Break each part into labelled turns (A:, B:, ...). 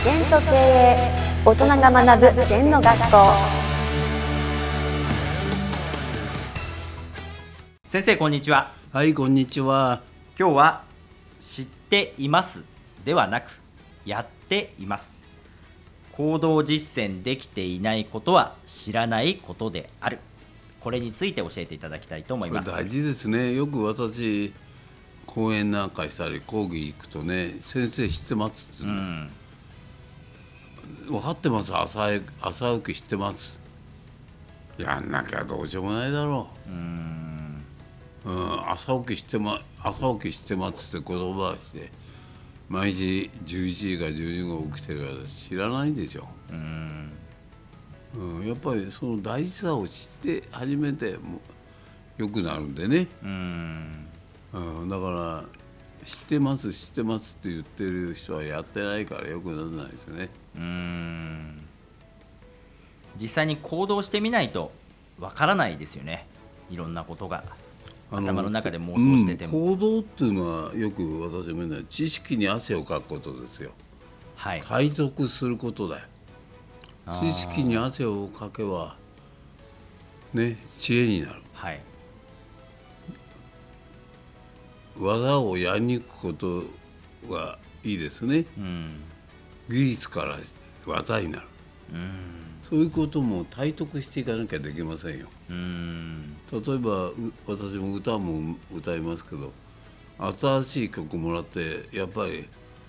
A: 禅と経営、大人が学ぶ禅の学校。
B: 先生こんにちは。
C: はい、こんにちは。
B: 今日は知っていますではなくやっています。行動実践できていないことは知らないことである。これについて教えていただきたいと思います。
C: これ大事ですね。よく私講演なんかしたり講義行くとね、先生知ってますって、分かってます。朝起き知ってます。やんなきゃどうしようもないだろう。朝起き知ってますって言葉をして毎日11時か12時起きてるから知らないんでしょ。やっぱりその大事さを知って初めて良くなるんでね。だから知ってますって言ってる人はやってないから良くならないですよね。
B: 実際に行動してみないとわからないですよね。いろんなことが頭の中で妄想してても、
C: 行動っていうのはよく私も言うのは知識に汗をかくことですよ。体得することだよ。知識に汗をかけばね、知恵になる。技をやりにくくことはいいですね。技術から技になる。そういうことも体得していかなきゃできませんよ。例えば私も歌も歌いますけど、新しい曲もらってやっぱり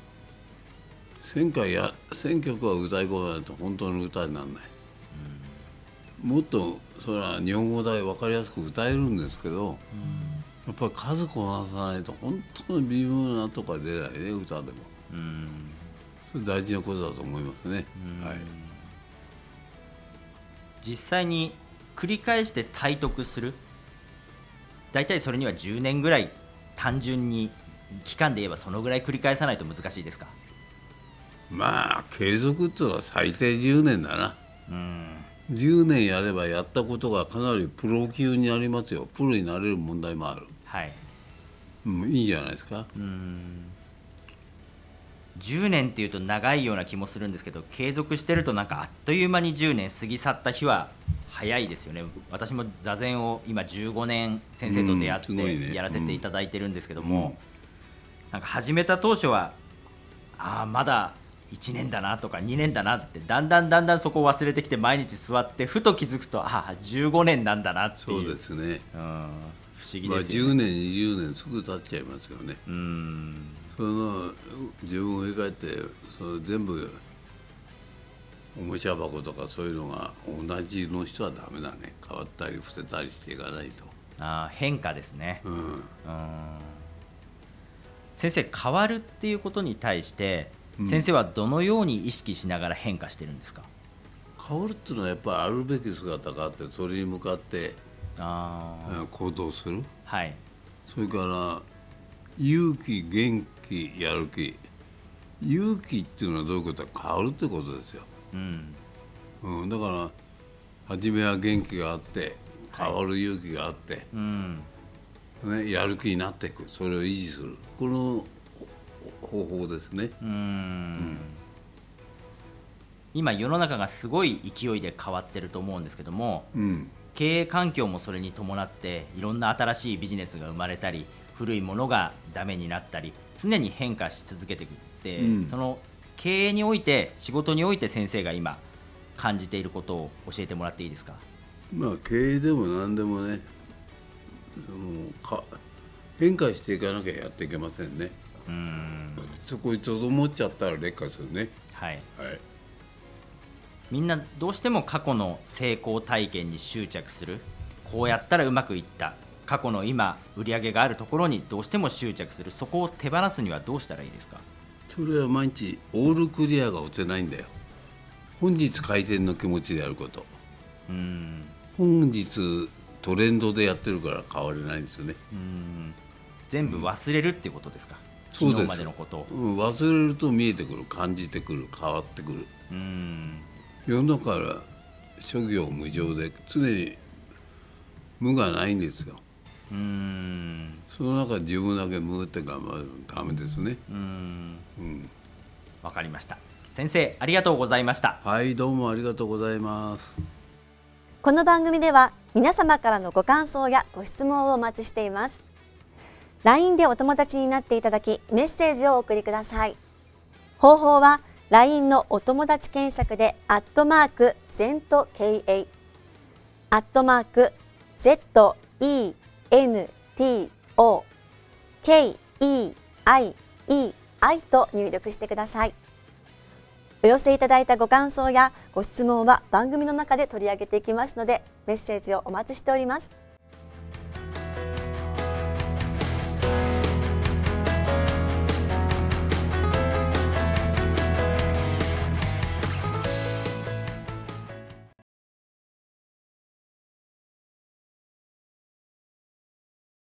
C: 1000曲は歌い込まないと本当の歌にならない。もっとそれは日本語で分かりやすく歌えるんですけど、やっぱり数こなさないと本当に微妙なとか出ないね、歌でも。それ大事なことだと思いますね。
B: 実際に繰り返して体得する、だいたいそれには10年ぐらい、単純に期間で言えばそのぐらい繰り返さないと難しいですか？
C: まあ継続っていうのは最低10年だな。10年やればやったことがかなりプロ級になりますよ。プロになれる問題もある。いいんじゃないですか。
B: 10年っていうと長いような気もするんですけど、継続してるとなんかあっという間に10年過ぎ去った日は早いですよね。私も座禅を今15年先生と出会ってやらせていただいてるんですけども、なんか始めた当初はまだ1年だなとか2年だなって、だんだんそこを忘れてきて毎日座ってふと気づくと15年なんだなっていう。
C: そうですね。
B: 不思議ですよね。
C: 10年20年すぐ経っちゃいますよね。その自分を振り返ってそれ全部おもちゃ箱とかそういうのが同じの人はダメだね。変わったり伏せたりしていかないと。
B: 変化ですね。先生、変わるっていうことに対して、先生はどのように意識しながら変化してるんですか？
C: 変わるっていうのはやっぱりあるべき姿があって、それに向かって行動する。それから勇気、元気、やる気。勇気っていうのはどういうことか、変わるってことですよ。だから初めは元気があって変わる勇気があって、やる気になっていく。それを維持する、この方法ですね。
B: 今世の中がすごい勢いで変わってると思うんですけども、経営環境もそれに伴っていろんな新しいビジネスが生まれたり、古いものがダメになったり、常に変化し続けていくって、その経営において、仕事において先生が今感じていることを教えてもらっていいですか？
C: 経営でも何でもね、変化していかなきゃやっていけませんね。そこにとどまっちゃったら劣化するね。
B: みんなどうしても過去の成功体験に執着する。こうやったらうまくいった、過去の今売り上げがあるところにどうしても執着する。そこを手放すにはどうしたらいいですか？
C: それは毎日オールクリアが落ちないんだよ。本日改善の気持ちでやること。本日トレンドでやってるから変われないんですよね。
B: 全部忘れるっていうことですか？
C: そうです。
B: 昨日までのことを、
C: 忘れると見えてくる、感じてくる、変わってくる。世の中から諸行無常で常に無がないんですよ。その中で自分だけ無って頑張るとダメですね。
B: わかりました。 先生ありがとうございました。
C: はい、どうもありがとうございます。
A: この番組では皆様からのご感想やご質問をお待ちしています。 LINE でお友達になっていただきメッセージをお送りください。方法は LINE のお友達検索で@ZENTKEI@ZENTOKEIEI と入力してください。お寄せいただいたご感想やご質問は番組の中で取り上げていきますので、メッセージをお待ちしております。